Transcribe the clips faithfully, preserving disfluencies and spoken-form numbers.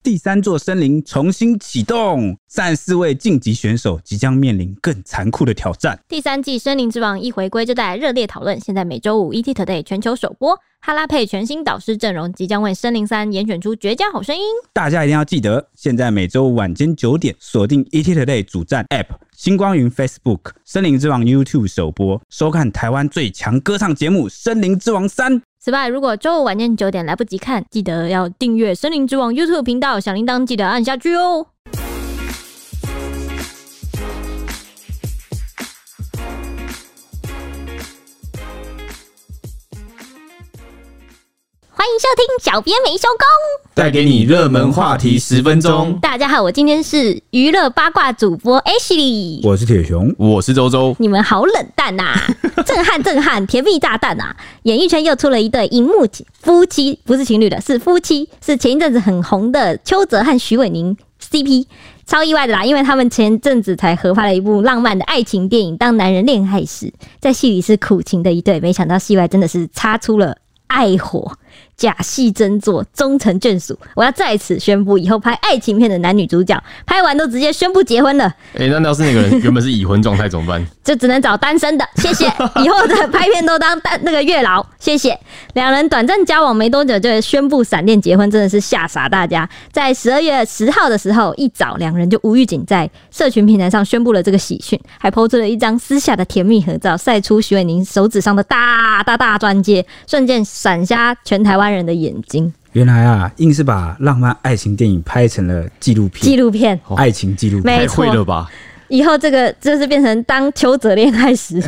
第三座森林重新启动，三十四位晋级选手即将面临更残酷的挑战。 第三季森林之王一回归就带来热烈讨论，现在每周五 E T Today 全球首播，哈拉配全新导师阵容即将为森林三严选出绝佳好声音。 大家一定要记得，现在每周五晚间九点锁定 E T Today 主站 App、星光云 Facebook、森林之王 YouTube 首播，收看台湾最强歌唱节目《森林之王三》。 此外，如果周五晚间九点来不及看，记得要订阅森林之王 YouTube 频道，小铃铛记得按下去哦。欢迎收听小编没收工， 带给你热门话题十分钟。 大家好，我今天是娱乐八卦主播 Ashley， 我是铁熊， 我是周周。 你们好冷淡呐、啊！震撼震撼，甜蜜炸弹啊！演艺圈又出了一对荧幕夫妻，不是情侣的，是夫妻，是前一阵子很红的邱泽和徐伟宁 C P。超意外的啦，因为他们前阵子才合拍了一部浪漫的爱情电影《当男人恋爱时》，在戏里是苦情的一对，没想到戏外真的是擦出了爱火，假戏真做，终成眷属。我要在此宣布，以后拍爱情片的男女主角拍完都直接宣布结婚了。 哎、欸，那要是那个人原本是已婚状态怎么办？ 就只能找单身的，谢谢。以后的拍片都当那个月老，谢谢。两人短暂交往没多久就宣布闪电结婚，真的是吓傻大家。在十二月十号的时候，一早两人就无预警在社群平台上宣布了这个喜讯，还 po 出了一张私下的甜蜜合照，晒出徐伟宁手指上的大大大钻戒，瞬间闪瞎全台湾人的眼睛。 原来啊，硬是把浪漫爱情电影拍成了纪录片， 纪录片， 爱情纪录片， 太会了吧！ 以后这个就是变成当邱泽恋爱时。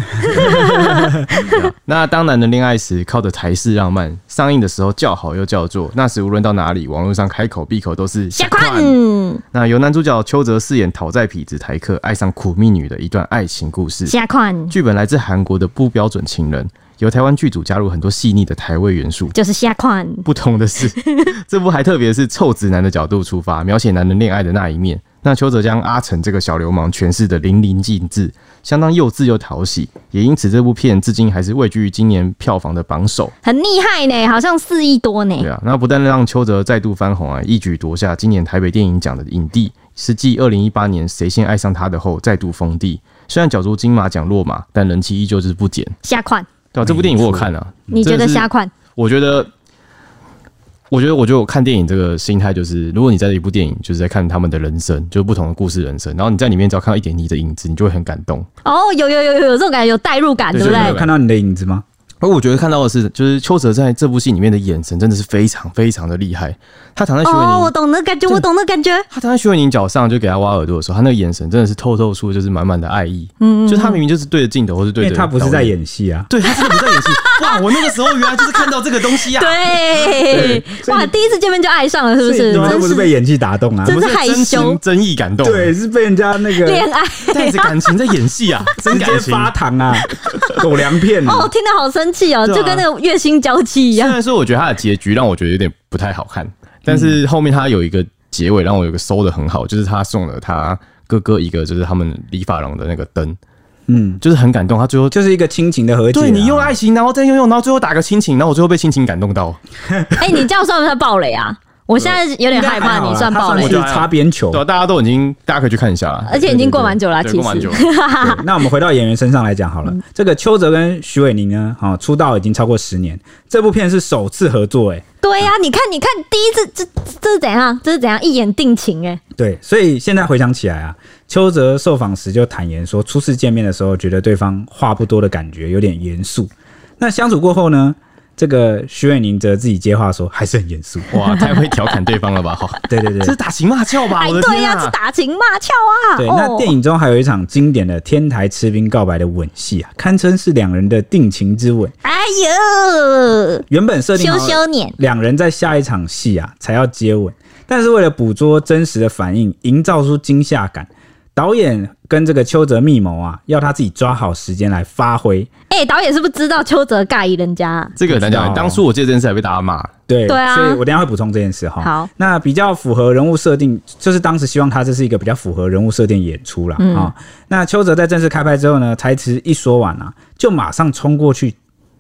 那当男人恋爱时靠着台式浪漫，上映的时候叫好又叫座，那时无论到哪里，网络上开口闭口都是下款。 那由男主角邱泽饰演讨债痞子台客爱上苦命女的一段爱情故事。 下款。 剧本来自韩国的不标准情人。由台湾剧组加入很多细腻的台味元素， 就是下款。 不同的是，这部还特别是臭直男的角度出发，描写男人恋爱的那一面。那邱泽将阿成这个小流氓诠释的淋漓尽致，相当幼稚又讨喜，也因此这部片至今还是位居今年票房的榜首， 很厉害呢，好像四亿多呢。 对啊，那不但让邱泽再度翻红啊，一举夺下今年台北电影奖的影帝，是继二零一八年《谁先爱上他》的后再度封帝。虽然角逐金马奖落马，但人气依旧是不减。 下款。 对啊，这部电影我有看啊。 你觉得瞎款？ 我觉得，我觉得，我觉得我看电影这个心态就是，如果你在一部电影就是在看他们的人生，就是不同的故事人生，然后你在里面只要看到一点你的影子，你就会很感动。 哦，有有有有有这种感觉，有代入感，对不对？ 有看到你的影子吗？ 而我觉得看到的是，就是邱泽在这部戏里面的眼神真的是非常非常的厉害。他躺在徐伟宁， 哦，我懂那感觉，我懂那感觉。 他躺在徐伟宁脚上，就给他挖耳朵的时候，他那个眼神真的是透透出就是满满的爱意。嗯，就是他明明就是对着镜头，或是对着， 因为他不是在演戏啊。 对，他真的不在演戏。哇，我那个时候原来就是看到这个东西啊。 对，哇，第一次见面就爱上了，是不是？ 你们都不是被演技打动啊， 真是害羞， 真意感动。 对，是被人家那个恋爱带着感情在演戏啊，真感情发糖啊，狗粮片啊。 哦，听得好生气哦，就跟那个月薪娇妻一样。 虽然说我觉得他的结局让我觉得有点不太好看，但是后面他有一个结尾让我有个收的很好，就是他送了他哥哥一个就是他们理发廊的那个灯。嗯，就是很感动。他最后就是一个亲情的和解、啊。 对，你用爱情，然后再用用，然后最后打个亲情，然后我最后被亲情感动到。 哎、欸，你这样算不算暴雷啊？我现在有点害怕你算暴雷， 我觉得擦边球。 对，大家都已经，大家可以去看一下了。 而且已经过蛮久了、啊，其实过蛮久了。 那我们回到演员身上来讲好了，嗯、这个邱泽跟徐伟宁呢，哦，出道已经超过十年，这部片是首次合作、欸，哎。 对呀、啊，你看，你看，第一次这这是怎样？这是怎样一眼定情、欸？哎。对， 所以现在回想起来啊，邱泽受访时就坦言说，初次见面的时候觉得对方话不多的感觉有点严肃。那相处过后呢？这个徐伟宁则自己接话说，还是很严肃。 哇，太会调侃对方了吧？ 对对对， 这是打情骂俏吧？ 哎， 我的天啊， 对呀、啊，这打情骂俏啊。 对，那电影中还有一场经典的天台吃冰告白的吻戏啊，堪称是两人的定情之吻。 哎呦， 原本设定好两人在下一场戏啊才要接吻，但是为了捕捉真实的反应，营造出惊吓感。导演跟这个邱泽密谋啊，要他自己抓好时间来发挥。 哎、欸，导演是不是知道邱泽尬意人家、啊？ 这个很难讲。当初我记得这件事还被大家骂。 对， 对啊， 所以我等一下会补充这件事哈。 好， 那比较符合人物设定，就是当时希望他这是一个比较符合人物设定演出啦。嗯、哦。那邱泽在正式开拍之后呢，台词一说完啊，就马上冲过去，就是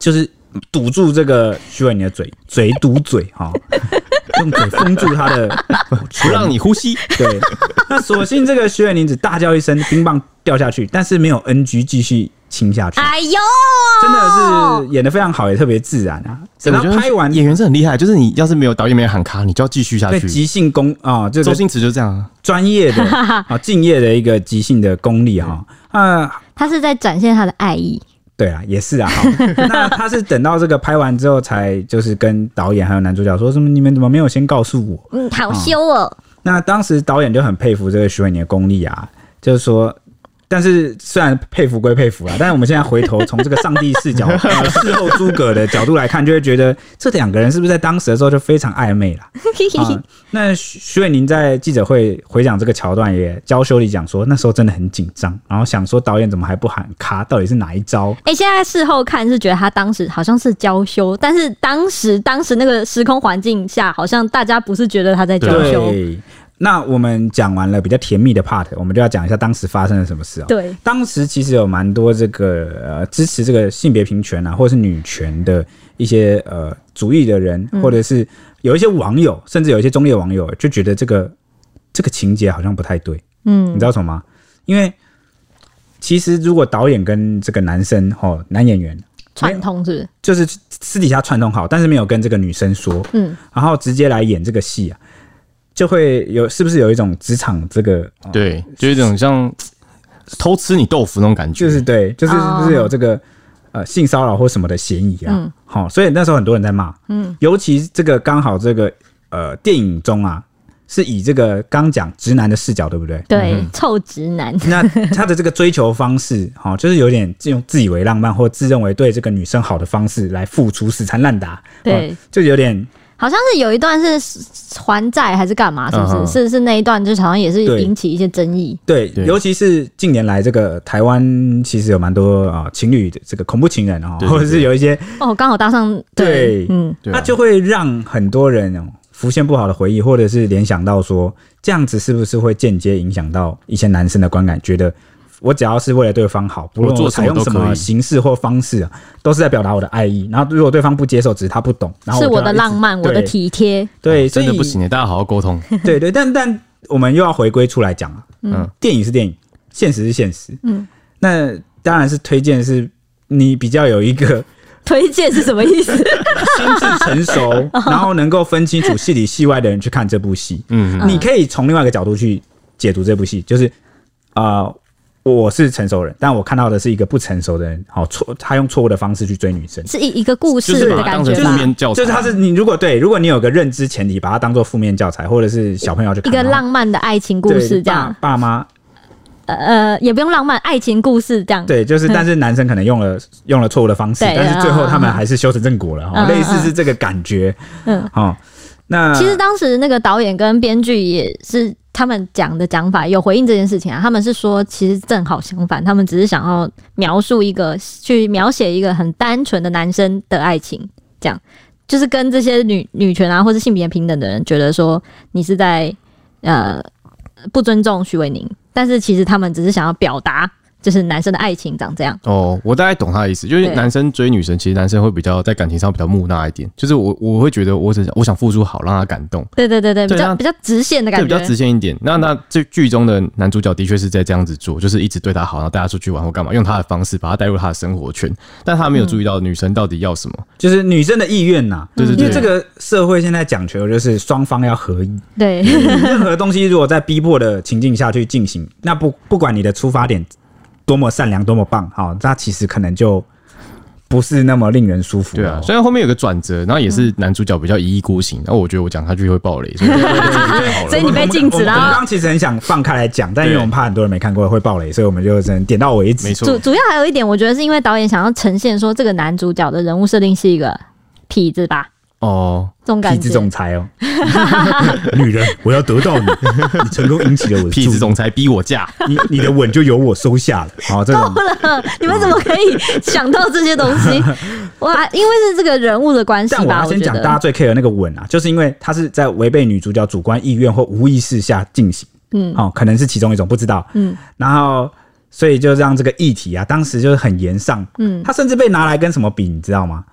堵住这个徐伟宁的嘴，嘴堵嘴哈。用嘴封住他的， 不让你呼吸。 对，那所幸这个徐伟宁只大叫一声，冰棒掉下去，但是没有 N G 继续亲下去。 哎呦， 真的是演得非常好，也特别自然啊。等到拍完， 演员是很厉害，就是你要是没有导演没有喊卡，你就要继续下去。 对，即兴功啊，这个周星驰就这样， 专业的啊，敬业的一个即兴的功力哈啊。 他是在展现他的爱意。 对啊，也是啊。那他是等到这个拍完之后，才就是跟导演还有男主角说什么？你们怎么没有先告诉我？ 嗯，好羞哦、嗯。 那当时导演就很佩服这个徐伟宁的功力啊，就是说。但是虽然佩服归佩服啊，但是我们现在回头从这个上帝视角、呃、事后诸葛的角度来看，就会觉得这两个人是不是在当时的时候就非常暧昧啦、啊、那徐伟宁在记者会回讲这个桥段，也娇羞地讲说，那时候真的很紧张，然后想说导演怎么还不喊卡，到底是哪一招？ 哎、欸，现在事后看是觉得他当时好像是娇羞，但是当时当时那个时空环境下，好像大家不是觉得他在娇羞。 对。那我们讲完了比较甜蜜的 part， 我们就要讲一下当时发生了什么事、喔、 对， 当时其实有蛮多这个呃支持这个性别平权啊，或者是女权的一些呃主义的人，或者是有一些网友，甚至有一些中立网友就觉得这个这个情节好像不太对。嗯，你知道什么吗？因为其实如果导演跟这个男生哦男演员串通是不是？ 就是私底下串通好，但是没有跟这个女生说，嗯，然后直接来演这个戏啊。就会有是不是有一种职场这个、 哦、对，就一种像偷吃你豆腐那种感觉， 就是对，就是是不是有这个、哦、呃性骚扰或什么的嫌疑啊？嗯，好、哦，所以那时候很多人在骂，嗯，尤其这个刚好这个呃电影中啊，是以这个刚讲直男的视角，对不对？ 对，嗯、臭直男。 那他的这个追求方式，哈、哦，就是有点用自以为浪漫或自认为对这个女生好的方式来付出，死缠烂打， 对， 哦、就有点。 好像是有一段是还债还是干嘛，是不是？ Uh-huh. 是是那一段，就好像也是引起一些争议。 对，对，尤其是近年来这个台湾其实有蛮多啊、呃、情侣的这个恐怖情人哦，或者是有一些哦刚好搭上，对， 对嗯，那就会让很多人哦浮现不好的回忆，或者是联想到说这样子是不是会间接影响到一些男生的观感，觉得。我只要是为了对方好，不论我采用什么形式或方式、啊，都是在表达我的爱意。然后如果对方不接受，只是他不懂，然后我是我的浪漫，我的体贴， 对， 真的不行的，大家好好沟通。 对对，但但我们又要回归出来讲啊，嗯，电影是电影，现实是现实，嗯，那当然是推荐是你比较有一个推荐是什么意思？ 心智成熟，然后能够分清楚戏里戏外的人去看这部戏，嗯，你可以从另外一个角度去解读这部戏，就是啊。呃我是成熟人，但我看到的是一个不成熟的人，好错，他用错误的方式去追女生， 是一个故事的感觉吧？ 就是把它当成负面教材， 就是他是你如果对，如果你有个认知前提，把它当做负面教材，或者是小朋友去看一个浪漫的爱情故事这样， 爸妈。 呃，也不用浪漫，爱情故事这样。 对，就是，但是男生可能用了用了错误的方式，但是最后他们还是修成正果了，嗯、类似是这个感觉。嗯，好、哦，那其实当时那个导演跟编剧也是。他们讲的讲法有回应这件事情啊，他们是说其实正好相反，他们只是想要描述一个去描写一个很单纯的男生的爱情，这样就是跟这些女女权啊或是性别平等的人觉得说你是在呃不尊重徐伟宁，但是其实他们只是想要表达。就是男生的爱情长这样哦，我大概懂他的意思，就是男生追女生，其实男生会比较在感情上比较木讷一点，就是我我会觉得我只想我想付出好，让他感动， 对对对对，比较比较直线的感觉， 对，比较直线一点。那那这剧中的男主角的确是在这样子做，就是一直对他好，然后带他出去玩或干嘛，用他的方式把他带入他的生活圈，但他没有注意到女生到底要什么，嗯、 就是女生的意愿呐、啊， 对对对， 因为这个社会现在讲求就是双方要合一， 对， 任何东西如果在逼迫的情境下去进行，那不不管你的出发点。多么善良，多么棒，好，那其实可能就不是那么令人舒服。 对啊，虽然后面有个转折，然后也是男主角比较一意孤行，然后我觉得我讲下去会爆雷，所以所以你被禁止了。 我们刚刚其实很想放开来讲，但因为我们怕很多人没看过会爆雷，所以我们就只能点到为止。 没错， 主主要还有一点，我觉得是因为导演想要呈现说这个男主角的人物设定是一个痞子吧。 哦， 这种感觉， 痞子总裁哦，女人，我要得到你，你成功引起了我的注意， 痞子总裁逼我嫁， 你你的吻就由我收下了。好，这种够了，你们怎么可以想到这些东西？哇，因为是这个人物的关系吧。 但我要先讲大家最 care 的那个吻啊，就是因为他是在违背女主角主观意愿或无意识下进行，嗯，哦，可能是其中一种，不知道，嗯，然后所以就让这个议题啊，当时就是很炎上，嗯，他甚至被拿来跟什么比，你知道吗？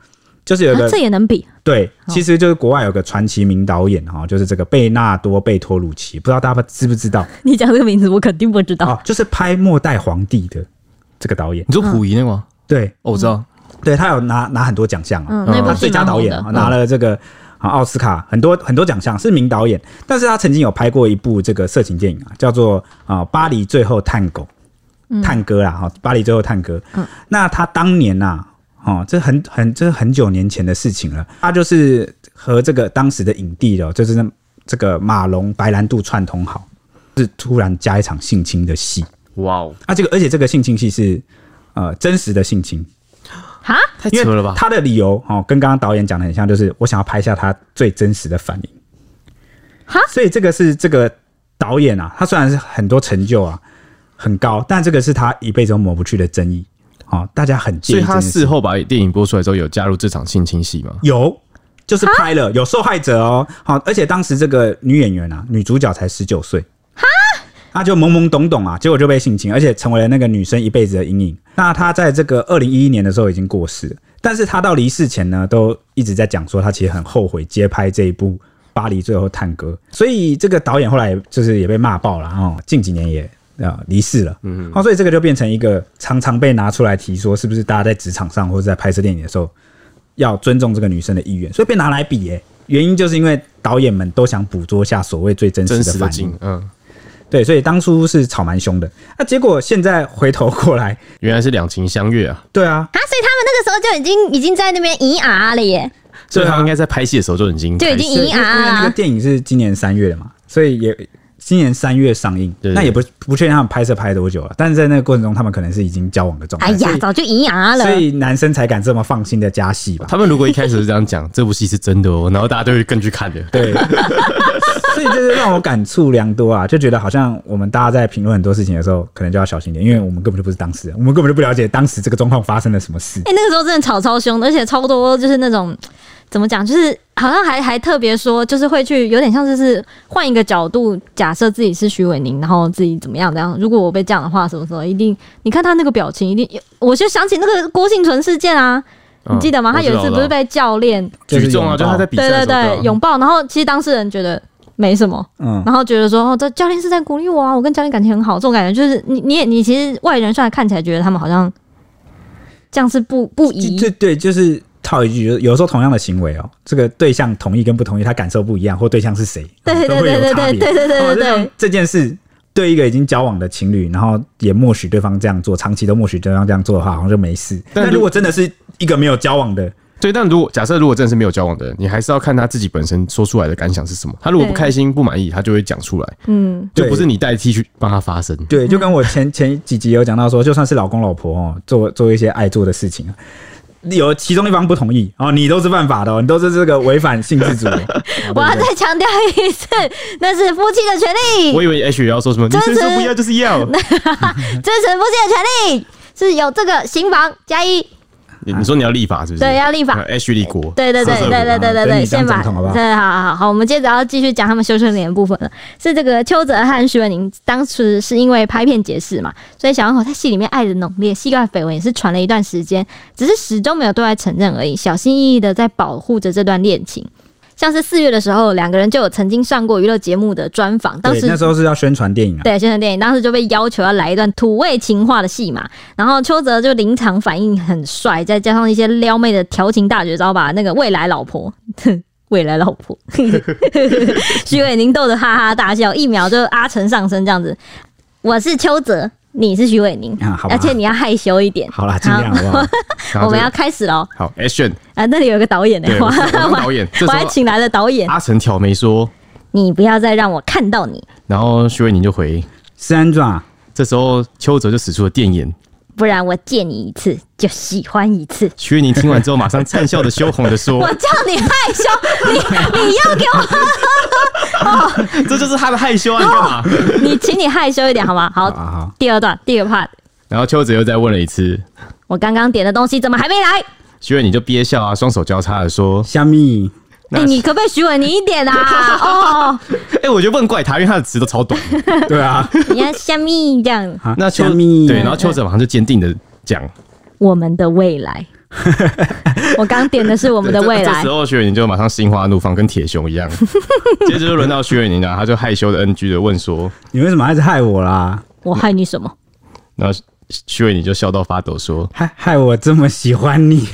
就是有个、 啊、这也能比？ 对，其实就是国外有个传奇名导演哈，就是这个贝纳多·贝托鲁奇，不知道大家知不知道？ 你讲这个名字，我肯定不知道。 哦，就是拍《末代皇帝》的这个导演。 你说溥仪那个吗？ 对， 哦，我知道。 对，他有拿拿很多奖项啊， 嗯，那部他最佳导演、嗯、拿了这个奥斯卡很多很多奖项，是名导演。但是他曾经有拍过一部这个色情电影啊，叫做啊《巴黎最后探狗》探戈啦，哈，《巴黎最后探戈》。嗯，那他当年呐、啊。哦，这很很这是很久年前的事情了。他就是和这个当时的影帝哦，就是这个马龙白兰度串通好，是突然加一场性侵的戏。 哇哦！ 啊，这个而且这个性侵戏是呃真实的性侵。 哈， 太扯了吧？ 他的理由哦，跟刚刚导演讲的很像，就是我想要拍下他最真实的反应。 哈， 所以这个是这个导演啊，他虽然是很多成就啊很高，但这个是他一辈子都抹不去的争议。哦，大家很介意。 所以他事后把电影播出来之后，有加入这场性侵戏吗？ 有，就是拍了，有受害者哦。好，而且当时这个女演员啊，女主角才十九岁，哈，她就懵懵懂懂啊，结果就被性侵，而且成为了那个女生一辈子的阴影。那她在这个二零一一年的时候已经过世了，但是她到离世前呢，都一直在讲说，她其实很后悔接拍这一部《巴黎最后探戈》，所以这个导演后来就是也被骂爆了哦，近几年也。啊，离世了，嗯，哦，所以这个就变成一个常常被拿出来提说，是不是大家在职场上或者在拍摄电影的时候要尊重这个女生的意愿，所以被拿来比耶。原因就是因为导演们都想捕捉下所谓最真实的反应，嗯，对，所以当初是吵蛮凶的，那、啊、结果现在回头过来， 原来是两情相悦啊， 对啊， 啊，所以他们那个时候就已经已经在那边咿啊了耶， 所以他们应该在拍戏的时候就已经就已经咿啊了， 因为那个电影是今年三月的嘛，所以也。今年三月上映， 对对对， 那也不不确定他们拍摄拍多久了，但是在那个过程中，他们可能是已经交往的状态。 哎呀，早就咿呀了， 所以男生才敢这么放心的加戏吧？ 他们如果一开始是这样讲，这部戏是真的哦，然后大家都会更去看的。 对，所以这是让我感触良多啊，就觉得好像我们大家在评论很多事情的时候，可能就要小心点，因为我们根本就不是当事人，我们根本就不了解当时这个状况发生了什么事。 哎、欸，那个时候真的吵超凶的，而且超多就是那种。怎么讲？就是好像还还特别说，就是会去有点像就是换一个角度，假设自己是徐伟宁，然后自己怎么样怎样。如果我被这样的话，什么什么，一定你看他那个表情，一定我就想起那个郭幸存事件啊，你记得吗？嗯、他有一次不是被教练举重啊，就他在比赛的时候对对对拥抱，然后其实当事人觉得没什么，嗯，然后觉得说哦，这教练是在鼓励我啊，我跟教练感情很好，这种感觉就是你你也你其实外人虽然看起来觉得他们好像这样是不不宜， 对对，就是。套一句，有时候同样的行为哦，这个对象同意跟不同意，他感受不一样，或对象是谁， 对对对对对对对对对对， 这件事对一个已经交往的情侣，然后也默许对方这样做，长期都默许对方这样做的话，好像就没事。但如果真的是一个没有交往的， 对，但如果假设如果真的是没有交往的人，你还是要看他自己本身说出来的感想是什么。他如果不开心、不满意，他就会讲出来。嗯，就不是你代替去帮他发声。 对，就跟我前前几集有讲到说，就算是老公老婆哦，做做一些爱做的事情。有其中一方不同意哦，你都是犯法的哦，你都是这个违反性自主的。 我要再强调一次，那是夫妻的权利。 我以为 H 要说什么，女生说不要就是要， 支持夫妻的权利是有这个刑房加一。 你说你要立法是不是？ 对，要立法。 H 立国。 对对对对对对对对，先把对，好好好，我们接着要继续讲他们修成脸的部分了。是这个邱泽和徐伟宁当时是因为拍片结识嘛，所以小两口在戏里面爱的浓烈，戏外绯闻也是传了一段时间，只是始终没有对外承认而已，小心翼翼的在保护着这段恋情。像是四月的时候，两个人就有曾经上过娱乐节目的专访，当时那时候是要宣传电影啊， 对，宣传电影，当时就被要求要来一段土味情话的戏嘛，然后邱泽就临场反应很帅，再加上一些撩妹的调情大绝招，把那个未来老婆。未来老婆徐伟宁逗得哈哈大笑，一秒就阿成上身这样子。我是邱泽，你是徐伟宁、啊，而且你要害羞一点。 好啦，尽量好不好？ 我们要开始喽。 好 ，Action！ 啊，那里有个导演呢、欸， 我当导演， 我还请来了导演。 阿成挑眉说：“ 你不要再让我看到你。” 然后徐伟宁就回：“ 是安装。” 这时候邱泽就使出了电眼。 不然我见你一次就喜欢一次。 徐伟宁听完之后，马上灿笑的羞红的说：“ 我叫你害羞，你你要给我， 哦、这就是他的害羞啊！你干嘛？ 你请你害羞一点好吗？好，好好第二段第二 part。 然后邱泽又再问了一次： 我刚刚点的东西怎么还没来？ 徐伟宁就憋笑啊，双手交叉的说： 虾米。” 哎、欸，你可不可以徐伟宁一点啊？哦， 哎、欸，我觉得不能怪他，因为他的词都超短。 对啊， 你要虾米这样。 那邱对，然后邱泽马上就坚定的讲：“ 我们的未来。” 我刚点的是我们的未来。 这时候徐伟宁就马上心花怒放，跟铁熊一样。接着就轮到徐伟宁了，他就害羞的 N G 的问说：“ 你为什么一直害我啦？ 我害你什么？” 然后徐伟宁就笑到发抖说：“ 害害我这么喜欢你。”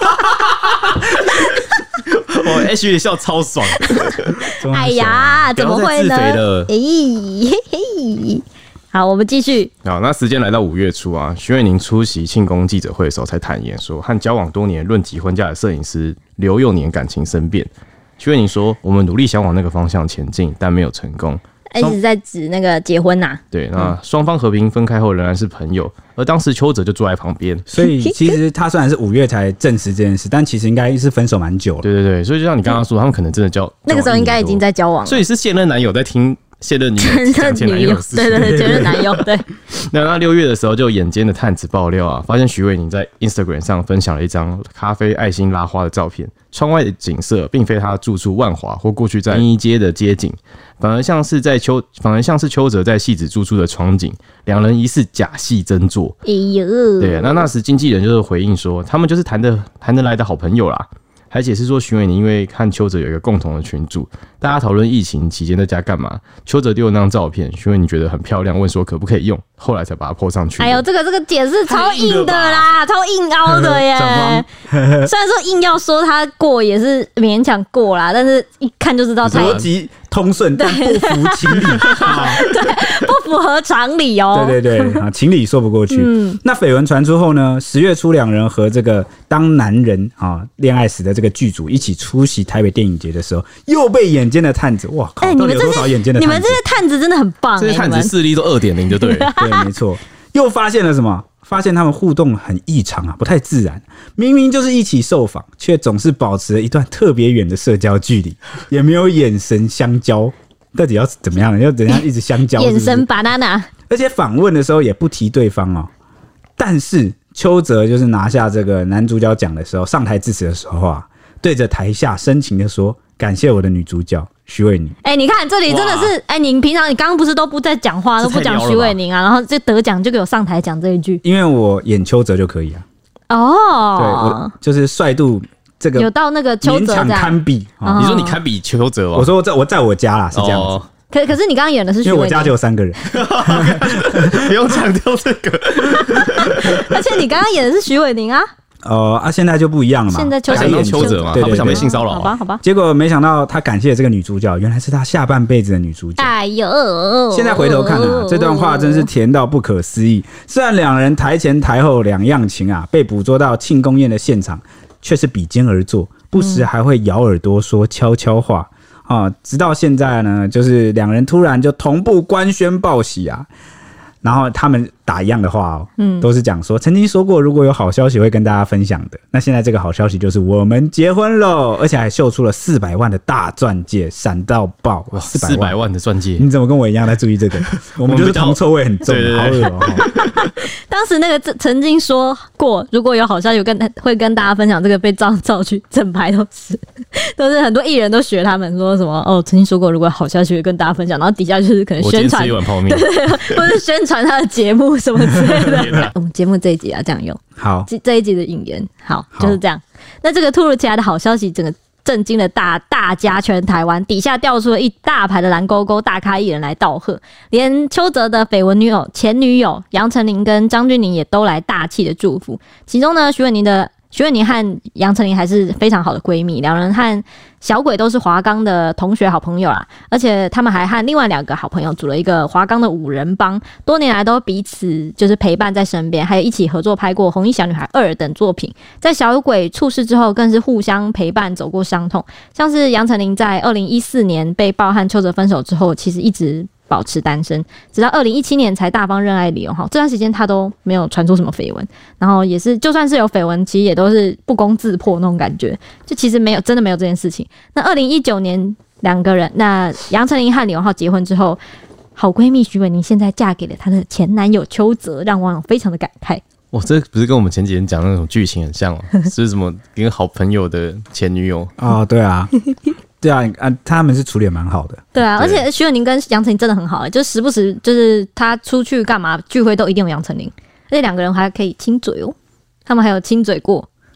我 H 的笑超爽。 哎呀，怎么会呢？哎嘿嘿。好，我们继续。 好，那时间来到五月初啊，徐伟宁出席庆功记者会的时候才坦言说，和交往多年论及婚嫁的摄影师刘幼年感情生变。徐伟宁说：“我们努力想往那个方向前进，但没有成功。” 一直在指那个结婚呐、啊。 对，那双方和平分开后仍然是朋友，而当时邱泽就坐在旁边。 所以其实他虽然是五月才证实这件事，但其实应该是分手蛮久了。 对对对，所以就像你刚刚说，他们可能真的交那个时候应该已经在交往了， 所以是现任男友在听。现任女友讲前男友的事情， 对对对，前任男友对。 那那六月的时候，就眼尖的探子爆料啊，发现徐伟宁在 Instagram 上分享了一张咖啡爱心拉花的照片，窗外的景色并非他住处万华或过去在新一街的街景，反而像是在邱，反而像是邱泽在戏子住处的窗景，两人疑似假戏真做。 哎呦， 对，那那时经纪人就是回应说，他们就是谈得谈得来的好朋友啦。还解释说，徐伟宁因为和邱泽有一个共同的群组，大家讨论疫情期间在家干嘛。邱泽丢了那张照片，徐伟宁觉得很漂亮，问说可不可以用，后来才把它 po 上去。 哎呦，这个这个解释超硬的啦，超硬凹的耶。虽然说硬要说他过也是勉强过啦，但是一看就知道他逻辑通顺，但不符情理。 对，不符合常理哦。 对对对，啊，情理说不过去。嗯，那绯闻传出后呢，十月初两人和这个当男人啊恋爱时的这个剧组一起出席台北电影节的时候，又被眼尖的探子，哇靠！ 欸、 到底有多少眼尖的探子？ 你们这些探子真的很棒、欸， 这些探子视力都二点零就对了。 对，没错。又发现了什么？发现他们互动很异常啊，不太自然。明明就是一起受访，却总是保持了一段特别远的社交距离，也没有眼神相交。到底要怎么样？要怎样一直相交是不是？ 眼神 banana。 而且访问的时候也不提对方哦。但是邱泽就是拿下这个男主角奖的时候，上台致辞的时候啊，对着台下深情的说：“感谢我的女主角徐伟宁。” 哎、欸，你看这里真的是，哎、欸，你平常你刚刚不是都不在讲话，都不讲徐伟宁啊，然后就得奖就给我上台讲这一句， 因为我演邱泽就可以啊。 哦， 对，我就是帅度这个有到那个邱泽勉强堪比、 哦。 你说你堪比邱泽吗？ 我说我在我在我家啦，是这样子。哦， 可可是你刚刚演的是徐伟宁， 因为我家就有三个人， 不用强调这个。 而且你刚刚演的是徐伟宁啊。 哦、呃、啊，现在就不一样了嘛。 现在邱泽演邱泽嘛，他不想被性骚扰、啊。 好吧，好吧。 结果没想到他感谢这个女主角，原来是他下半辈子的女主角。 哎呦！ 现在回头看啊，这段话真是甜到不可思议。虽然两人台前台后两样情啊，被捕捉到庆功宴的现场，却是比肩而坐，不时还会咬耳朵说悄悄话。啊，直到现在呢，就是两人突然就同步官宣报喜啊，然后他们打一样的话哦，嗯，都是讲说曾经说过如果有好消息会跟大家分享的。那现在这个好消息就是我们结婚了，而且还秀出了四百万的大钻戒，闪到爆！哇，四百万， 四百万的钻戒， 你怎么跟我一样在注意这个？我们就是铜臭味很重，好恶哦。 当时那个曾经说过如果有好消息跟会跟大家分享，这个被照照去，整排都是都是很多艺人都学他们说什么哦，曾经说过如果有好消息会跟大家分享，然后底下就是可能宣传， 我今天吃一碗泡面， 对，或是宣传他的节目什么之类的。我们节目这一集要这样用， 好， 这一集的引言，好，就是这样。那这个突如其来的好消息，整个震惊了大大家全台湾，底下调出了一大排的蓝勾勾大咖艺人来道贺，连邱泽的绯闻女友前女友杨丞琳跟张钧甯也都来大气的祝福。其中呢，徐伟宁的徐伟宁和杨丞琳还是非常好的闺蜜，两人和小鬼都是华冈的同学好朋友啦，而且他们还和另外两个好朋友组了一个华冈的五人帮，多年来都彼此就是陪伴在身边，还有一起合作拍过《红衣小女孩二》等作品。在小鬼猝逝之后，更是互相陪伴走过伤痛，像是杨丞琳在二零一四年被曝和邱泽分手之后，其实一直保持单身，直到二零一七年才大方认爱理由。这段时间他都没有传出什么绯闻，然后也是就算是有绯闻，其实也都是不攻自破那种感觉，就其实没有真的没有这件事情。那二零一九年两个人，那杨丞琳和李荣浩结婚之后，好闺蜜徐伟宁现在嫁给了她的前男友邱泽，让网友非常的感慨。 哇，这不是跟我们前几天讲的那种剧情很像吗？是什么一个好朋友的前女友哦，对啊。对啊，啊，他们是处理得蛮好的。 对啊，而且徐伟宁跟杨丞琳真的很好、欸，就时不时就是他出去干嘛聚会都一定有杨丞琳，而且两个人还可以亲嘴哦，他们还有亲嘴过。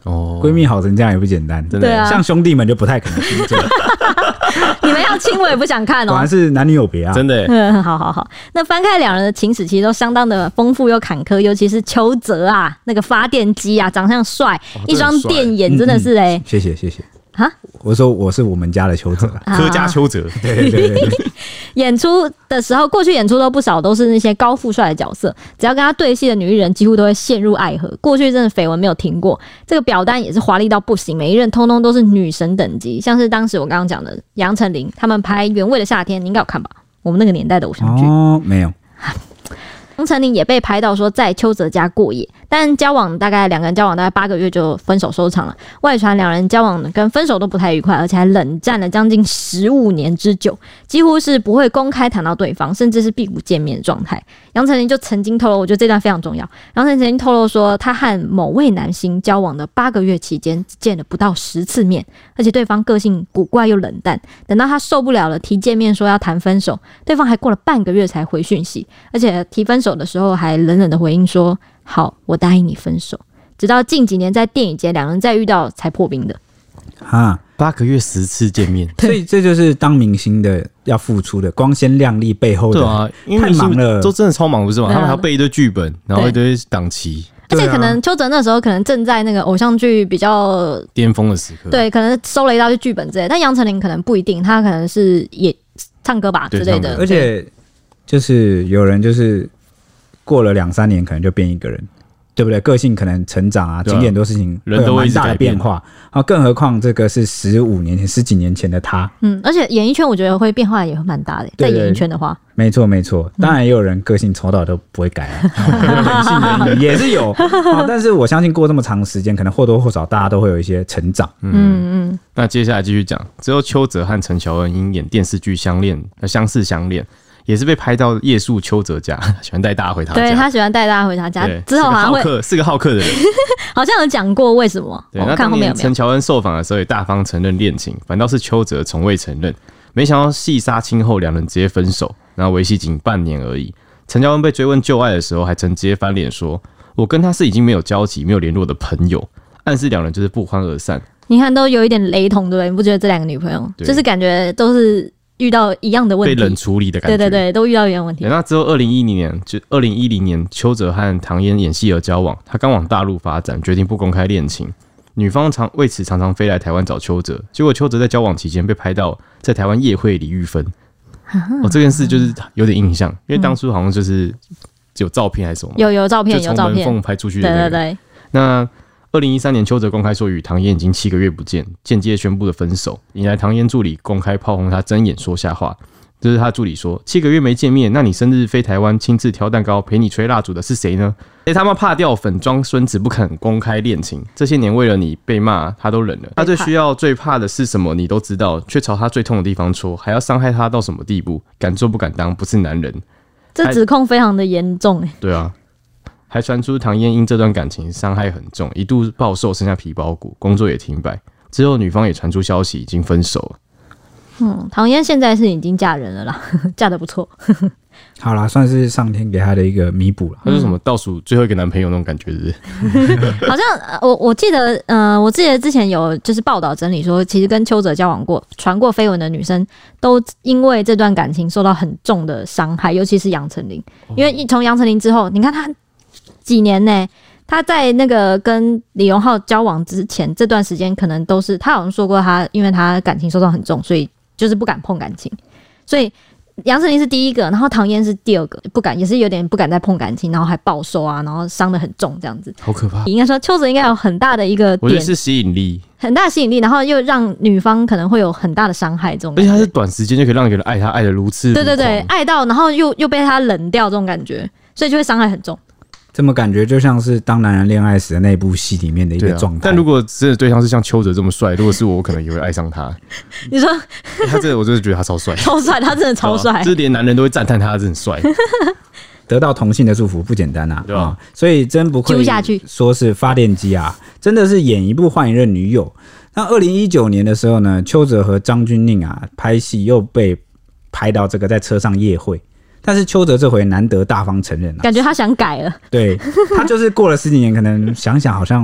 哦， 闺蜜好成这样也不简单， 真的。 对啊， 像兄弟们就不太可能亲这个。 你们要亲我也不想看哦。 果然是男女有别啊， 真的。 嗯，好好好。那翻开两人的情史，其实都相当的丰富又坎坷，尤其是邱泽啊，那个发电机啊，长相帅， 哦、 一双电眼真的是哎、欸嗯嗯， 谢谢谢谢。 哈， 我说我是我们家的邱泽， 柯家邱泽， 对对对对对。 演出的时候，过去演出都不少，都是那些高富帅的角色，只要跟他对戏的女艺人，几乎都会陷入爱河。过去真的绯闻没有停过，这个表单也是华丽到不行，每一任通通都是女神等级，像是当时我刚刚讲的杨丞琳，他们拍《原味的夏天》，你应该有看吧？我们那个年代的偶像剧哦，没有。 杨丞琳也被拍到说在邱泽家过夜，但交往大概两个人交往大概八个月就分手收场了。外传两人交往跟分手都不太愉快，而且还冷战了将近十五年之久，几乎是不会公开谈到对方，甚至是避不见面的状态。杨丞琳就曾经透露，我觉得这段非常重要。杨丞琳曾经透露说，他和某位男星交往的八个月期间，只见了不到十次面，而且对方个性古怪又冷淡。等到他受不了了，提见面说要谈分手，对方还过了半个月才回讯息，而且提分手的时候还冷冷的回应说好，我答应你分手。直到近几年在电影节两人再遇到才破冰的。 哈， 八个月十次见面， 所以这就是当明星的要付出的光鲜亮丽背后的。 对啊，因为太忙了， 都真的超忙，不是吗？他们还要背一堆剧本，然后一堆档期。 而且可能邱泽那时候可能正在那个偶像剧比较巅峰的时刻， 对，可能收了一大堆剧本之类的。但杨丞琳可能不一定，他可能是也唱歌吧之类的。 而且就是有人就是过了两三年，可能就变一个人。对不对？个性可能成长啊，经历很多事情，会有蛮大的变化。啊，更何况这个是十五年前、十几年前的他。 嗯，而且演艺圈我觉得会变化也会蛮大的，在演艺圈的话， 没错没错。当然也有人个性丑到都不会改啊，人性原因也是有、啊。但是我相信过这么长时间，可能或多或少大家都会有一些成长。 嗯嗯。那接下来继续讲，之后邱泽和陈乔恩因演电视剧相恋、相似相恋。也是被拍到夜宿邱泽家，喜欢带大家回他家。 对，他喜欢带大家回他家，之后好像会是个好客的人， 好像有讲过为什么。 对，那当年陈乔恩受访的时候也大方承认恋情，反倒是邱泽从未承认。没想到戏杀青后，两人直接分手，然后维系仅半年而已。陈乔恩被追问旧爱的时候，还曾直接翻脸说：“我跟他是已经没有交集、没有联络的朋友。”暗示两人就是不欢而散。 你看，都有一点雷同，对不对？你不觉得这两个女朋友就是感觉都是？遇到一样的问题， 被冷处理的感觉。 对对对，都遇到一样的问题。 那之后，二零一零年就二零一零年，邱泽和唐嫣演戏而交往。他刚往大陆发展，决定不公开恋情。女方常为此常常飞来台湾找邱泽。结果邱泽在交往期间被拍到在台湾夜会李玉芬。哦，这件事就是有点印象，因为当初好像就是有照片还是什么， 有有照片，有照片， 从门缝拍出去的、那個。 对对对。 那二零一三年，邱泽公开说与唐嫣已经七个月不见，间接宣布了分手，引来唐嫣助理公开炮轰他睁眼说瞎话。就是他助理说，七个月没见面，那你生日飞台湾亲自挑蛋糕陪你吹蜡烛的是谁呢？谁他妈怕掉粉装孙子不肯公开恋情，这些年为了你被骂他都忍了。他最需要最怕的是什么你都知道，却朝他最痛的地方戳，还要伤害他到什么地步？敢做不敢当，不是男人。 这指控非常的严重哎。 对啊。还传出唐嫣因这段感情伤害很重，一度暴瘦，剩下皮包骨，工作也停摆。之后女方也传出消息已经分手了。 嗯，唐嫣现在是已经嫁人了啦，嫁得不错。 好啦，算是上天给她的一个弥补了。 她是什么倒数最后一个男朋友那种感觉，是不是？ 好像我我记得，呃，我记得之前有就是报道整理说，其实跟邱泽交往过、传过绯闻的女生，都因为这段感情受到很重的伤害，尤其是杨丞琳，因为从杨丞琳之后，你看她。几年呢、欸？他在那个跟李荣浩交往之前这段时间，可能都是他好像说过他，因为他感情受伤很重，所以就是不敢碰感情。所以杨丞琳是第一个，然后唐嫣是第二个，不敢也是有点不敢再碰感情，然后还暴瘦啊，然后伤得很重这样子， 好可怕。 应该说邱泽应该有很大的一个点， 我觉得是吸引力， 很大的吸引力，然后又让女方可能会有很大的伤害这种感觉， 而且他是短时间就可以让一个人爱他爱得如痴如狂， 对对对，爱到然后又又被他冷掉这种感觉，所以就会伤害很重。 这么感觉就像是当男人恋爱时的那部戏里面的一个状态、啊。 但如果真的对象是像邱泽这么帅，如果是我，我可能也会爱上他。 你说、 欸、他这个我真的觉得他超帅， 超帅，他真的超帅， 就是连男人都会赞叹他真的帅。 得到同性的祝福不简单啊， 对吧、 哦？所以真不愧说是发电机啊，真的是演一部换一任女友。那二零一九年的时候呢，邱泽和张钧甯啊拍戏又被拍到这个在车上夜会。但是邱泽这回难得大方承认、啊， 感觉他想改了。 对，他就是过了十几年，可能想想好像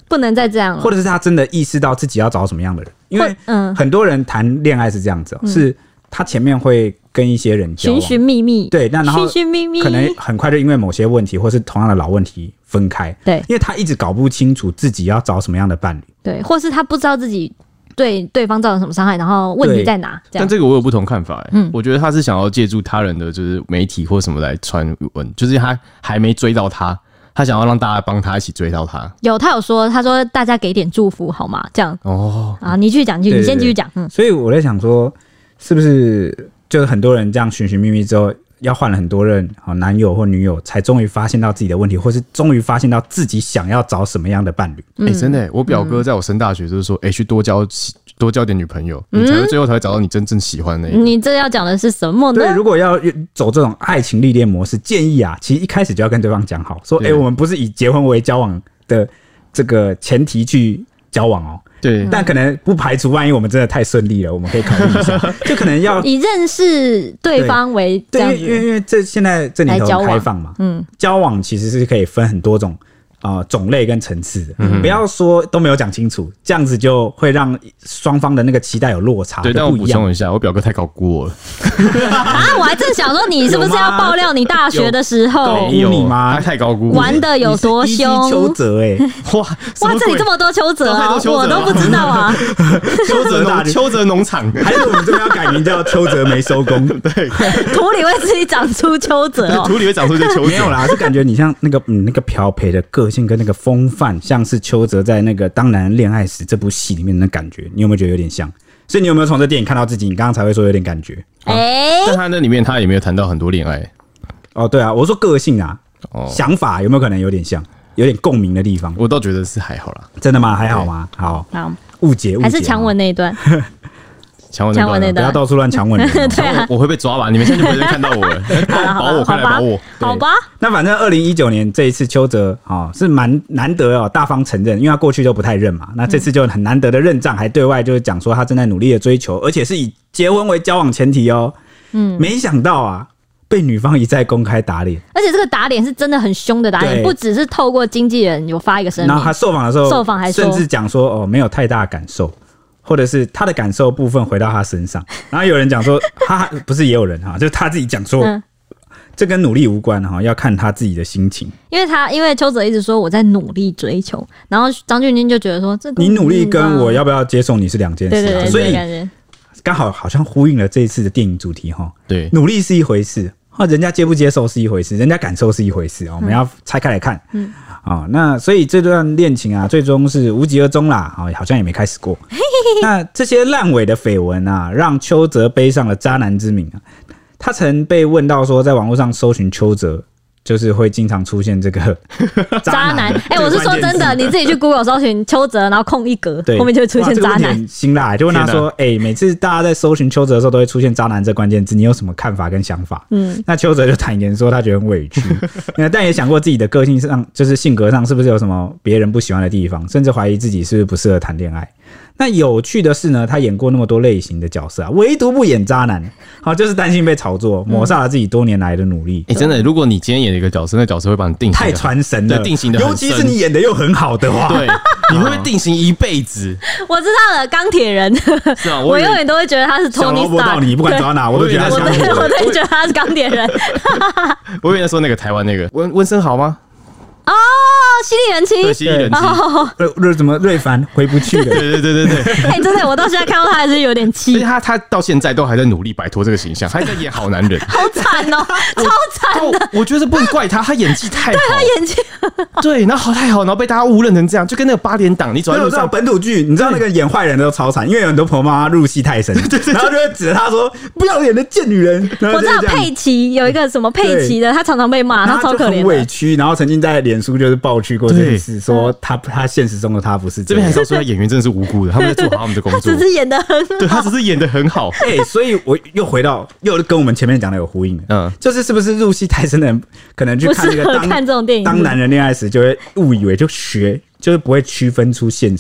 不能再这样了， 或者是他真的意识到自己要找什么样的人，因为很多人谈恋爱是这样子、喔嗯，是他前面会跟一些人交往， 寻寻觅觅， 对，那然后寻寻觅觅， 可能很快就因为某些问题或是同样的老问题分开， 对， 因为他一直搞不清楚自己要找什么样的伴侣， 对，或是他不知道自己对对方造成什么伤害，然后问题在哪？ 但这个我有不同看法、欸，嗯，我觉得他是想要借助他人的就是媒体或什么来传闻，就是他还没追到他。他想要让大家帮他一起追到他， 有他有说，他说大家给点祝福好吗？这样哦啊，你继续讲，你先继续讲。嗯， 所以我在想说，是不是就是很多人这样寻寻觅觅之后，要换了很多任男友或女友，才终于发现到自己的问题，或是终于发现到自己想要找什么样的伴侣？ 哎、嗯欸，真的、欸，我表哥在我升大学就是说，哎、欸，去多交多交点女朋友，你才会最后才会找到你真正喜欢的那个。 你这要讲的是什么呢？ 对，如果要走这种爱情历练模式，建议啊，其实一开始就要跟对方讲好，说，哎、欸，我们不是以结婚为交往的这个前提去交往哦。 对， 但可能不排除万一我们真的太顺利了，我们可以考虑一下，就可能要以认识对方为这样子， 对，因为因为这现在这年头很开放嘛，嗯，交往其实是可以分很多种。呃、种类跟层次的、嗯，不要说都没有讲清楚，这样子就会让双方的那个期待有落差。 对，但我补充一下，我表哥太搞估我了啊！我还正想说，你是不是要爆料你大学的时候有你吗？ 他太高估玩的有多凶？ 邱泽哎， 哇哇，这里这么多邱泽啊，我都不知道啊。 邱泽农邱泽农场， 还是我们这边要改名叫邱泽没收工？ 对， 土里会自己长出邱泽哦， 土里会长出这邱泽。 没有啦，就感觉你像那个嗯那个朴培的个性。跟那个风范，像是邱泽在那个《当男人恋爱时》这部戏里面的感觉，你有没有觉得有点像？所以你有没有从这电影看到自己？你刚刚才会说有点感觉。 哎、欸， 但他那里面他也没有谈到很多恋爱。 哦，对啊，我说个性啊，哦、想法有没有可能有点像，有点共鸣的地方？ 我倒觉得是还好啦。 真的吗？还好吗？好， 好， 误解，误解， 还是强吻那一段。 强吻那段， 不要到处乱强吻。 对啊， 我会被抓吧？你们现在就不会看到我了。保我，快来保我！ 好吧。 那反正二零一九年这一次邱泽啊、哦、是蛮难得哦，大方承认，因为他过去都不太认嘛。那这次就很难得的认账，还对外就是讲说他正在努力的追求，而且是以结婚为交往前提哦。嗯，没想到啊，被女方一再公开打脸， 而且这个打脸是真的很凶的打脸，不只是透过经纪人有发一个声明， 然后他受访的时候， 受访还甚至讲说哦没有太大感受。或者是他的感受部分回到他身上，然后有人讲说他不是也有人哈，就是他自己讲说、嗯、这跟努力无关哈，要看他自己的心情。 因为他因为邱泽一直说我在努力追求，然后张俊君就觉得说这你努力跟我要不要接受你是两件事、啊， 对对对， 所以刚好好像呼应了这一次的电影主题哈。 对， 努力是一回事，人家接不接受是一回事，人家感受是一回事，我们要拆开来看。嗯。哦，那所以这段恋情啊，最终是无疾而终啦。哦，好像也没开始过。那这些烂尾的绯闻啊，让邱泽背上了渣男之名啊。他曾被问到说，在网络上搜寻邱泽，就是会经常出现这个渣男。哎、欸，我是说真的，你自己去 Google 搜寻邱泽，然后空一格，后面就会出现渣男。 很辛辣，就问他说：“哎、欸，每次大家在搜寻邱泽的时候，都会出现渣男这关键字，你有什么看法跟想法？”嗯，那邱泽就坦言说，他觉得很委屈，但也想过自己的个性上，就是性格上是不是有什么别人不喜欢的地方，甚至怀疑自己是不是不适合谈恋爱。那有趣的是呢，他演过那么多类型的角色啊，唯独不演渣男，好，就是担心被炒作，抹煞了自己多年来的努力。 哎、欸，真的，如果你今天演一个角色，那角色会把你定型太传神了， 对，定型的， 尤其是你演的又很好的话， 对，你会被定型一辈子。 我知道了，钢铁人， 是啊， 我永远都会觉得他是 Tony Stark， 你不管走到哪，我都觉得他是钢铁人， 我都觉得他是钢铁人。 我以为说那个台湾那个温温升豪吗？ 哦，犀利人妻， 对，犀利人妻， 瑞怎么瑞凡回不去了？ 对对对对对， 哎，真的，我到现在看到他还是有点气。 而且他他到现在都还在努力摆脱这个形象，还在演好男人， 好惨哦，超惨的。 我觉得不能怪他，他演技太好， 对他演技对，然后好太好，然后被大家误认成这样，就跟那个八点档，你走在路上本土剧，你知道那个演坏人都超惨，因为有很多朋友骂他入戏太深，然后就会指着他说不要脸的贱女人。 我知道佩奇有一个什么佩奇的，他常常被骂，他超可怜， 很委屈，然后曾经在脸书就是爆去过这件事，说他他现实中的他不是这边，还是要说他演员真的是无辜的，他们在做好他们的工作， 他只是演得很好， 对他只是演得很好， 哎、欸，所以我又回到又跟我们前面讲的有呼应，嗯，就是是不是入戏太深的人可能去看这个当看这种电影， 当男人恋爱时就会误以为就学就是不会区分出现实。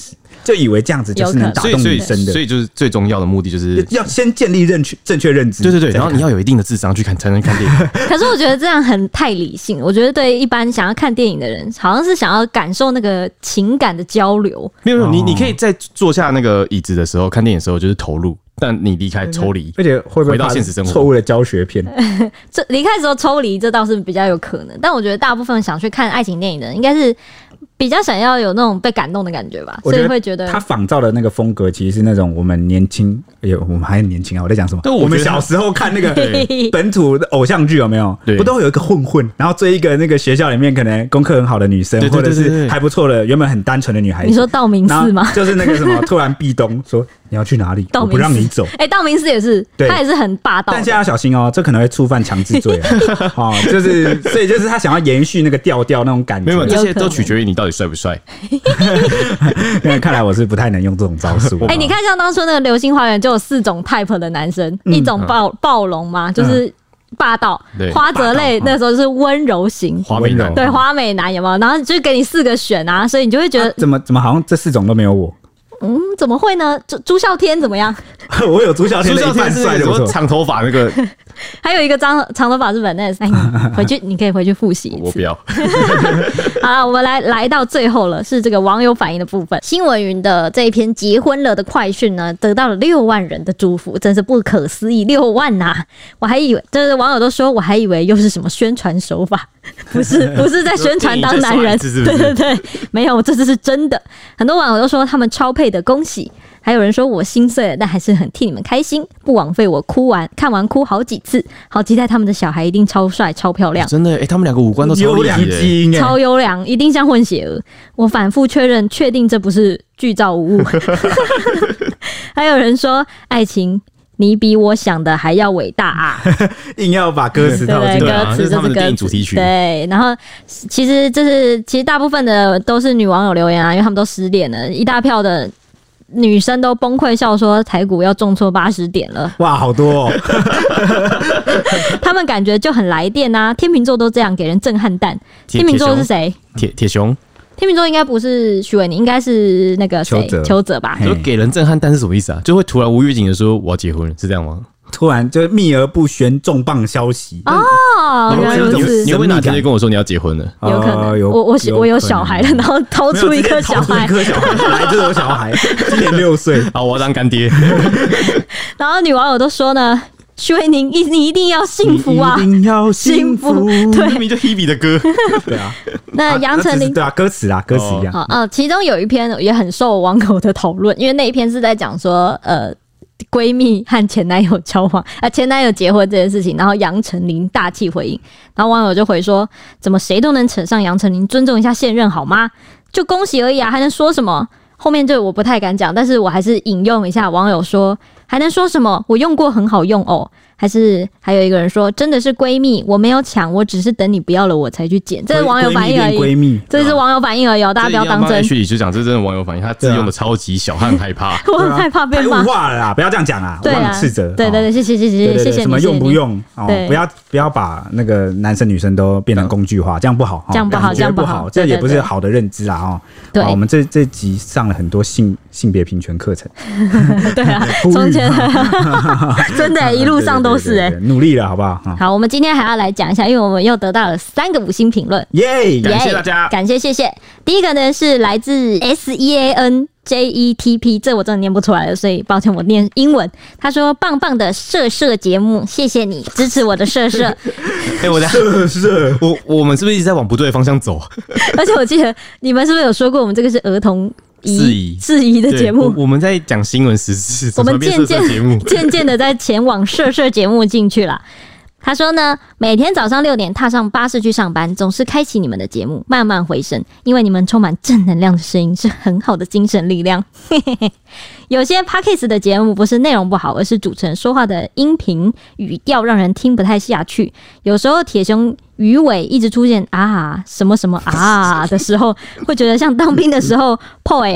就以为这样子就是能打动女生的， 所以就是最重要的目的就是要先建立正确正确认知。 对对对，然后你要有一定的智商去看才能看电影。 可是我觉得这样很太理性，我觉得对一般想要看电影的人，好像是想要感受那个情感的交流。 没有没有，你你可以在坐下那个椅子的时候看电影的时候就是投入。但你离开抽离， 而且会不会回到现实生活？ 错误的教学片， 这离开的时候抽离，这倒是比较有可能。但我觉得大部分想去看爱情电影的人，应该是比较想要有那种被感动的感觉吧，所以会觉得他仿照的那个风格其实是那种我们年轻，哎呦，我们还很年轻啊！我在讲什么？我们小时候看那个本土的偶像剧有没有？不都有一个混混，然后追一个那个学校里面可能功课很好的女生，或者是还不错的原本很单纯的女孩子。 你说道明寺吗？ 就是那个什么，突然壁咚说你要去哪里？我不让你走。 哎、欸，道明寺也是，他也是很霸道。 但现在要小心哦，这可能会触犯强制罪啊！哦，就是所以就是他想要延续那个调调那种感觉。 没有，这些都取决于你到底帅不帅。 看来我是不太能用这种招数。 哎、欸，你看像当初那个《流星花园》就有四种 type 的男生，嗯、一种暴暴龙嘛，就是霸道；嗯、花泽类那时候就是温柔型， 花美男， 对花美男有没有？然后就给你四个选啊，所以你就会觉得、 啊、怎么怎么好像这四种都没有我。 嗯，怎么会呢？朱朱孝天怎么样？ 我有朱孝天的一半帅的， 我长头发那个， 还有一个长长头发是 Vanessa， 哎，你回去你可以回去复习一次。 我不要。 好了，我们来来到最后了，是这个网友反映的部分。新闻云的这一篇结婚了的快讯呢，得到了六万人的祝福，真是不可思议，六万呐、啊！我还以为，就是网友都说，我还以为又是什么宣传手法，不是不是在宣传当男人， 是是对对对，没有，这次是真的。很多网友都说他们超配的，恭喜。还有人说我心碎了，但还是很替你们开心，不枉费我哭完看完哭好几次，好期待他们的小孩一定超帅超漂亮， 真的哎、欸，他们两个五官都超优良基因， 超优良，一定像混血儿。我反复确认，确定这不是剧照无误。还有人说爱情。你比我想的还要伟大啊！ 硬要把歌词套进来， 歌词就是他们的电影主题曲。 对，然后其实这是其实大部分的都是女网友留言啊，因为他们都失恋了，一大票的女生都崩溃笑说台股要重挫八十点了。 哇，好多哦！ 他们感觉就很来电啊，天秤座都这样给人震撼弹。天秤座是谁？ 铁铁熊。 天秤座应该不是许瑋甯，应该是那个谁邱泽吧？ 就给人震撼，但是什么意思啊？就会突然无预警的说我要结婚，是这样吗？ 突然就秘而不宣重磅消息哦，原来如此。 你会不会哪天就跟我说你要结婚了？ 有可能，我我我有小孩了，然后掏出一颗小孩， 一颗小孩来这有小孩，今年六岁， 好，我要当干爹。 然后女网友都说呢。许瑋甯，你你一定要幸福啊！ 一定要幸福， 对， 明明就 Hebe 的歌， 对啊。 那杨丞琳， 对啊，歌词啊，歌词一样。 哦，呃，其中有一篇也很受网友的讨论，因为那一篇是在讲说，呃，闺蜜和前男友交往，啊，前男友结婚这件事情，然后杨丞琳大气回应，然后网友就回说，怎么谁都能扯上杨丞琳，尊重一下现任好吗？就恭喜而已啊，还能说什么？后面就我不太敢讲，但是我还是引用一下网友说，还能说什么？我用过，很好用哦。还是还有一个人说，真的是闺蜜，我没有抢，我只是等你不要了我才去捡。这是网友反应而已， 闺蜜， 这是网友反应而已，大家不要当真。 徐理就讲，这真的网友反应，他字用的超级小，他很害怕， 我很害怕被骂。 太物化了啦，不要这样讲啊， 对啊， 斥责。 对对对，谢谢谢谢谢谢你。 什么用不用？哦，不要不要把那个男生女生都变成工具化，这样不好， 这样不好，这样不好， 这也不是好的认知啊！哦， 对， 我们这这集上了很多性性别平权课程。 对啊，从前真的一路上都是哎， 努力了，好不好？ 好，我们今天还要来讲一下，因为我们又得到了三个五星评论， 耶！ 感谢大家， 感谢谢谢。第一个呢是来自 S E A N J E T P， 这我真的念不出来了，所以抱歉，我念英文。他说：“棒棒的社社节目，谢谢你支持我的社社。” 哎，我的社社， 我我们是不是一直在往不对的方向走？ 而且我记得你们是不是有说过，我们这个是儿童适宜适宜的节目？ 我, 我们在讲新闻时事， 我们渐渐渐渐的在前往社社节目进去了。他说呢，每天早上六点踏上巴士去上班，总是开启你们的节目，慢慢回神，因为你们充满正能量的声音是很好的精神力量。有些 Podcast 的节目不是内容不好，而是主持人说话的音频语调让人听不太下去。有时候铁熊鱼尾一直出现啊什么什么啊的时候，会觉得像当兵的时候 P O E 啊。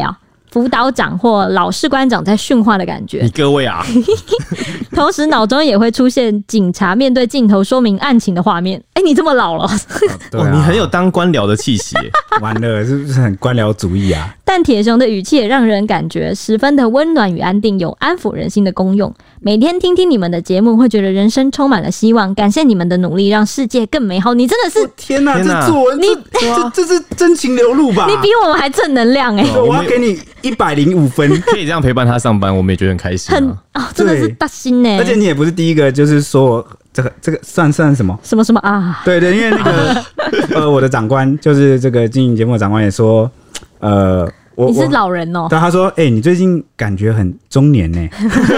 辅导长或老士官长在训话的感觉。 你各位啊， 同时脑中也会出现警察面对镜头说明案情的画面。哎、欸，你这么老了， 哦对啊哦、你很有当官僚的气息。 完了，是不是很官僚主义啊？ 但铁雄的语气也让人感觉十分的温暖与安定，有安抚人心的功用。每天听听你们的节目，会觉得人生充满了希望。感谢你们的努力，让世界更美好。你真的是、 哦、天哪、啊， 天哪这作文， 你这这这是真情流露吧？ 你比我们还正能量哎、欸！ 我要给你一百零五分， 可以这样陪伴他上班，我们也觉得很开心、啊。 很哦，真的是大心呢、欸。 而且你也不是第一个，就是说我这个这个算算什么什么什么啊？ 对对，因为那个呃，我的长官就是这个经营节目的长官也说，呃。 你是老人哦、喔。 对，他说：“哎、欸，你最近感觉很中年呢、欸。”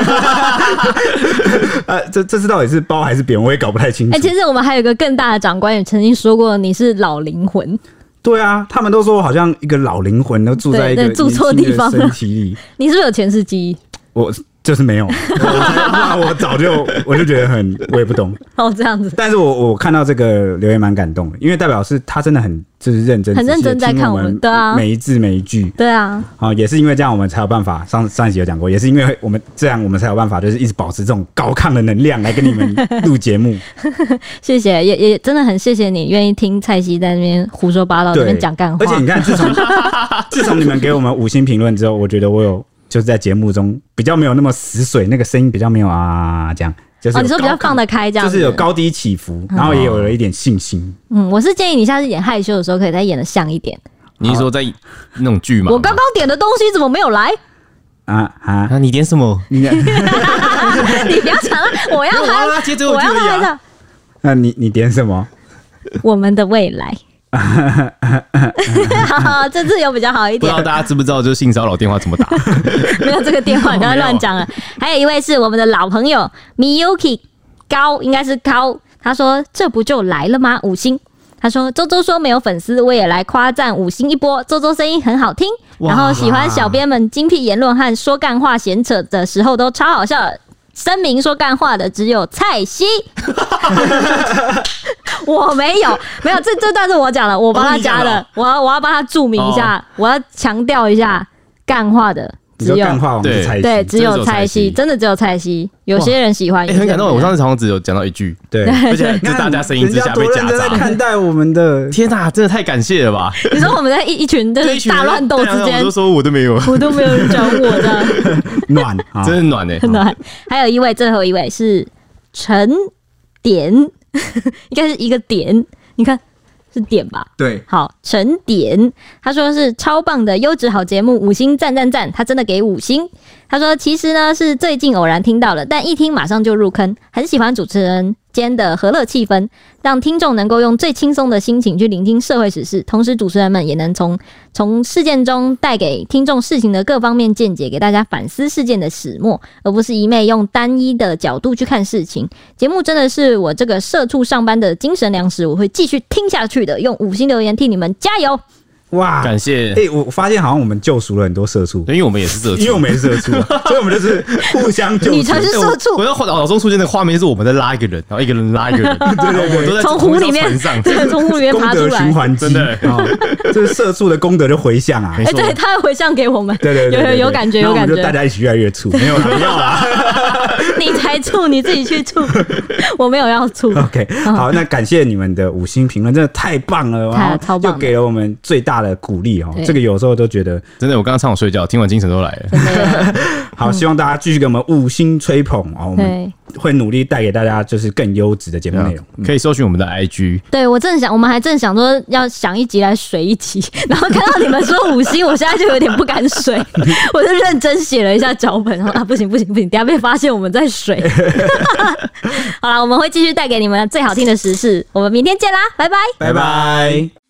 呃，这这次到底是褒还是贬，我也搞不太清楚。 哎、欸，其实我们还有一个更大的长官也曾经说过，你是老灵魂。 对啊，他们都说我好像一个老灵魂，都住在一个住错地方身体里。 你是不是有前世记忆？ 我就是没有，我, 我早就我就觉得很，我也不懂。 哦，这样子。 但是我我看到这个留言蛮感动的，因为代表是他真的很就是认真， 很认真在看我们，对啊， 每一字每一句， 对啊。 啊，也是因为这样，我们才有办法。上上一集有讲过，也是因为我们这样，我们才有办法，就是一直保持这种高亢的能量来跟你们录节目。 谢谢，也也真的很谢谢你愿意听蔡西在那边胡说八道，那边讲干话。 而且你看，自从自从你们给我们五星评论之后，我觉得我有。就是在节目中比较没有那么死水，那个声音比较没有啊，这样就是哦，你说比较放得开，这样就是有高低起伏，然后也有了一点信心。 嗯，我是建议你下次演害羞的时候，可以再演得像一点。 你是说在那种剧吗？ 我刚刚点的东西怎么没有来？ 啊啊！ 啊你点什么？ 你不要抢了，我要他， 接着我要他的。 那你你点什么？ 我们的未来。好，这次有比较好一点。 不知道大家知不知道，就是性骚扰电话怎么打？ 没有这个电话，刚刚乱讲了。还有一位是我们的老朋友 Miyuki 高，应该是高。他说：“这不就来了吗？五星。”他说：“周周说没有粉丝，我也来夸赞五星一波。周周声音很好听，然后喜欢小编们精辟言论和说干话闲扯的时候都超好笑的。声明说干话的只有蔡西。”我没有，没有，这这段是我讲的，我帮他加的，我要我要帮他注明一下，哦、我要强调一下，干话的只有干话，我们是蔡西， 对，只有蔡西，真的只有蔡西。有些人喜欢， 欸、很感动。我上次好像只有讲到一句，对，而且是大家声音之下被夹杂。 在看待我们的， 天哪、啊，真的太感谢了吧！ 你说我们在一一群就是大乱斗之间， 我都说我都没有， 我都没有人讲我的暖， 真的暖哎、欸， 暖。还有一位，最后一位是陈点。应该是一个点，你看是点吧？ 对， 好，陈点，他说是超棒的优质好节目，五星赞赞赞，他真的给五星。他说其实呢是最近偶然听到了，但一听马上就入坑，很喜欢主持人间的和乐气氛，让听众能够用最轻松的心情去聆听社会时事，同时主持人们也能从从事件中带给听众事情的各方面见解，给大家反思事件的始末，而不是一昧用单一的角度去看事情。节目真的是我这个社畜上班的精神粮食，我会继续听下去的，用五星留言替你们加油。 哇， 感谢！ 哎、欸，我发现好像我们救赎了很多社畜， 因为我们也是社畜， 因为我们也是社畜，所以我们就是互相救赎。 你才是社畜！ 我我脑中出现的画面就是我们在拉一个人，然后一个人拉一个人， 对对对， 都在从湖里面，对，从湖里面爬出来， 功德循环机， 真的， 这是社畜的功德就回向啊！ 哎、欸，对，他会回向给我们， 对对 对, 對, 對, 對， 有有感觉，有感觉， 就大家一起越来越畜，没有啦，不要啦。 你才畜，你自己去畜，我没有要畜。 OK， 好，那感谢你们的五星评论，真的太棒了， 太超棒， 就给了我们最大的鼓励哦。这个有时候都觉得真的，我刚刚唱我睡觉，听完精神都来了。 好，希望大家继续给我们五星吹捧哦，我们会努力带给大家就是更优质的节目内容。 可以搜寻我们的 I G。 对，我正想，我们还正想说要想一集来水一集，然后看到你们说五星，我现在就有点不敢水，我就认真写了一下脚本，然后啊，不行不行不行，等一下被发现我们在水。好啦，我们会继续带给你们最好听的时事，我们明天见啦，拜拜， 拜拜。